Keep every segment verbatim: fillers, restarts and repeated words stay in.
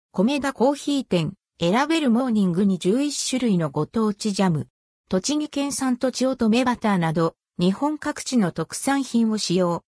米田コーヒー店、選べるモーニングにじゅういっしゅるいのご当地ジャム。栃木県産とちおとめバターなど、日本各地の特産品を使用。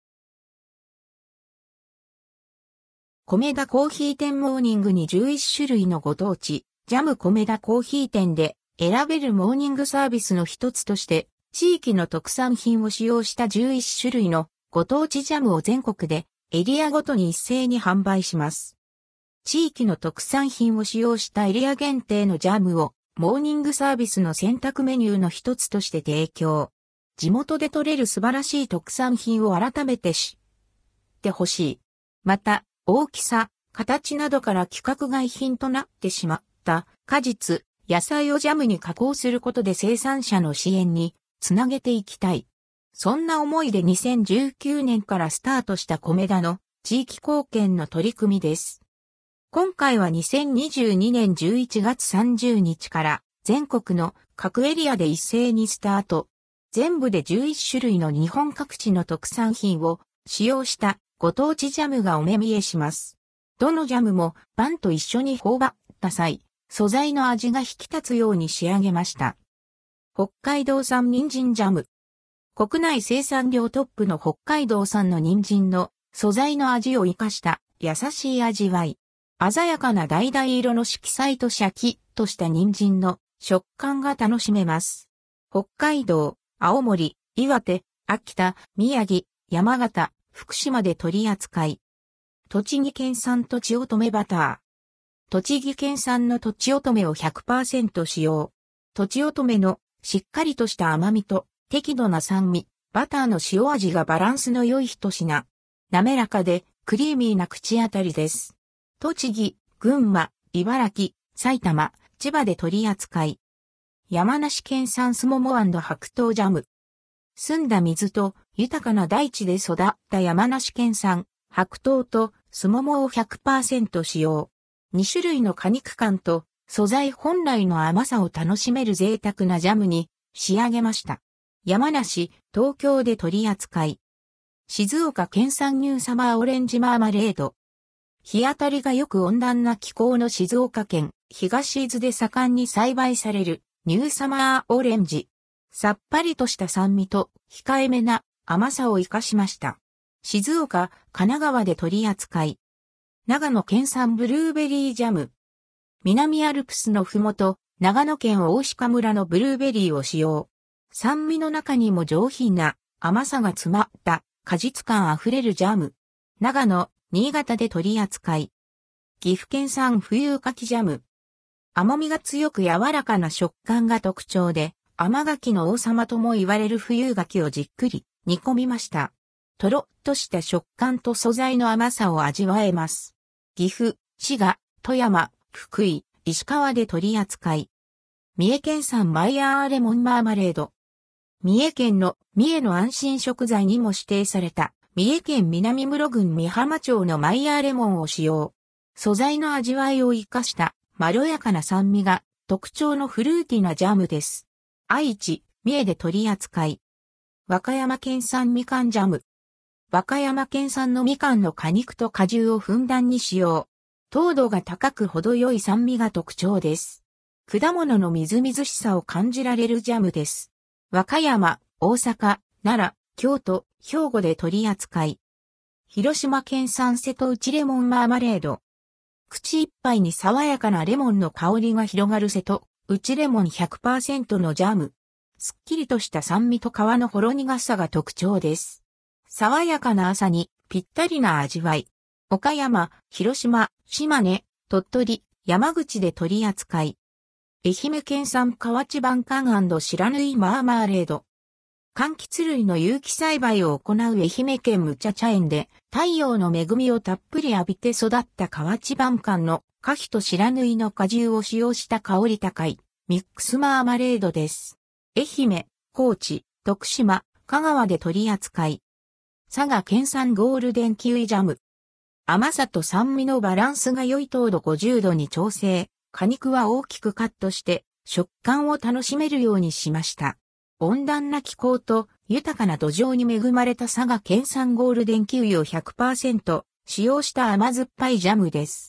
米田コーヒー店モーニングにじゅういっしゅるいのご当地、ジャム米田コーヒー店で選べるモーニングサービスの一つとして、地域の特産品を使用したじゅういっしゅるいのご当地ジャムを全国でエリアごとに一斉に販売します。地域の特産品を使用したエリア限定のジャムをモーニングサービスの選択メニューの一つとして提供。地元で採れる素晴らしい特産品を改めて知ってほしい。また、大きさ、形などから規格外品となってしまった果実、野菜をジャムに加工することで生産者の支援につなげていきたい。そんな思いでにせんじゅうきゅうねんからスタートした米田の地域貢献の取り組みです。今回はにせんにじゅうにねんじゅういちがつさんじゅうにちから全国の各エリアで一斉にスタート。全部でじゅういっしゅるいの日本各地の特産品を使用したご当地ジャムがお目見えします。どのジャムもパンと一緒に頬張った際、素材の味が引き立つように仕上げました。北海道産人参ジャム。国内生産量トップの北海道産の人参の素材の味を生かした優しい味わい。鮮やかな橙色の色彩とシャキッとした人参の食感が楽しめます。北海道、青森、岩手、秋田、宮城、山形、福島で取り扱い。栃木県産とちおとめバター。栃木県産のとちおとめを ひゃくパーセント 使用。とちおとめのしっかりとした甘みと適度な酸味、バターの塩味がバランスの良い一品。滑らかでクリーミーな口当たりです。栃木、群馬、茨城、埼玉、千葉で取り扱い。山梨県産すもも&白桃ジャム。澄んだ水と豊かな大地で育った山梨県産白桃とすももを ひゃくパーセント 使用。にしゅるいの果肉感と素材本来の甘さを楽しめる贅沢なジャムに仕上げました。山梨、東京で取り扱い。静岡県産ニューサマーオレンジマーマレード。日当たりがよく温暖な気候の静岡県東伊豆で盛んに栽培されるニューサマーオレンジ。さっぱりとした酸味と控えめな甘さを生かしました。静岡、神奈川で取り扱い。長野県産ブルーベリージャム。南アルプスのふもと、長野県大鹿村のブルーベリーを使用。酸味の中にも上品な甘さが詰まった果実感あふれるジャム。長野、新潟で取り扱い。岐阜県産冬柿ジャム。甘みが強く柔らかな食感が特徴で、甘柿の王様とも言われる冬柿をじっくり煮込みました。とろっとした食感と素材の甘さを味わえます。岐阜、滋賀、富山、福井、石川で取り扱い。三重県産マイヤーレモンマーマレード。三重県の三重の安心食材にも指定された三重県南室郡美浜町のマイヤーレモンを使用。素材の味わいを生かしたまろやかな酸味が特徴のフルーティーなジャムです。愛知、三重で取り扱い。和歌山県産みかんジャム。和歌山県産のみかんの果肉と果汁をふんだんに使用。糖度が高く程よい酸味が特徴です。果物のみずみずしさを感じられるジャムです。和歌山、大阪、奈良、京都、兵庫で取り扱い。広島県産瀬戸内レモンマーマレード。口いっぱいに爽やかなレモンの香りが広がる瀬戸内レモン ひゃくパーセント のジャム。すっきりとした酸味と皮のほろ苦さが特徴です。爽やかな朝にぴったりな味わい。岡山、広島、島根、鳥取、山口で取り扱い。愛媛県産河内晩柑&白縫マーマーレード。柑橘類の有機栽培を行う愛媛県むちゃ茶園で太陽の恵みをたっぷり浴びて育った河内晩柑の果皮と白縫の果汁を使用した香り高いミックスマーマレードです。愛媛、高知、徳島、香川で取り扱い。佐賀県産ゴールデンキウイジャム。甘さと酸味のバランスが良い糖度ごじゅうどに調整。果肉は大きくカットして食感を楽しめるようにしました。温暖な気候と豊かな土壌に恵まれた佐賀県産ゴールデンキウイを ひゃくパーセント 使用した甘酸っぱいジャムです。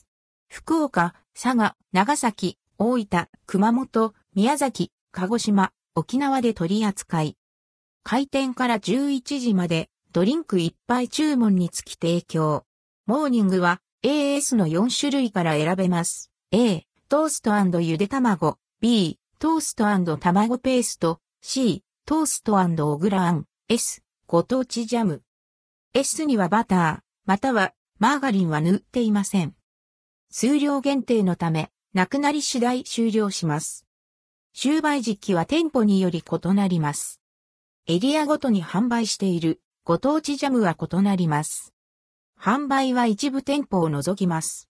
福岡、佐賀、長崎、大分、熊本、宮崎、鹿児島、沖縄で取り扱い。開店からじゅういちじまでドリンクいっぱい注文につき提供。モーニングは エーエス のよん種類から選べます。A、トースト&ゆで卵。B、トースト&卵ペースト。C、トースト&小倉あん。S、ご当地ジャム。S にはバター、またはマーガリンは塗っていません。数量限定のため、なくなり次第終了します。終売時期は店舗により異なります。エリアごとに販売しているご当地ジャムは異なります。販売は一部店舗を除きます。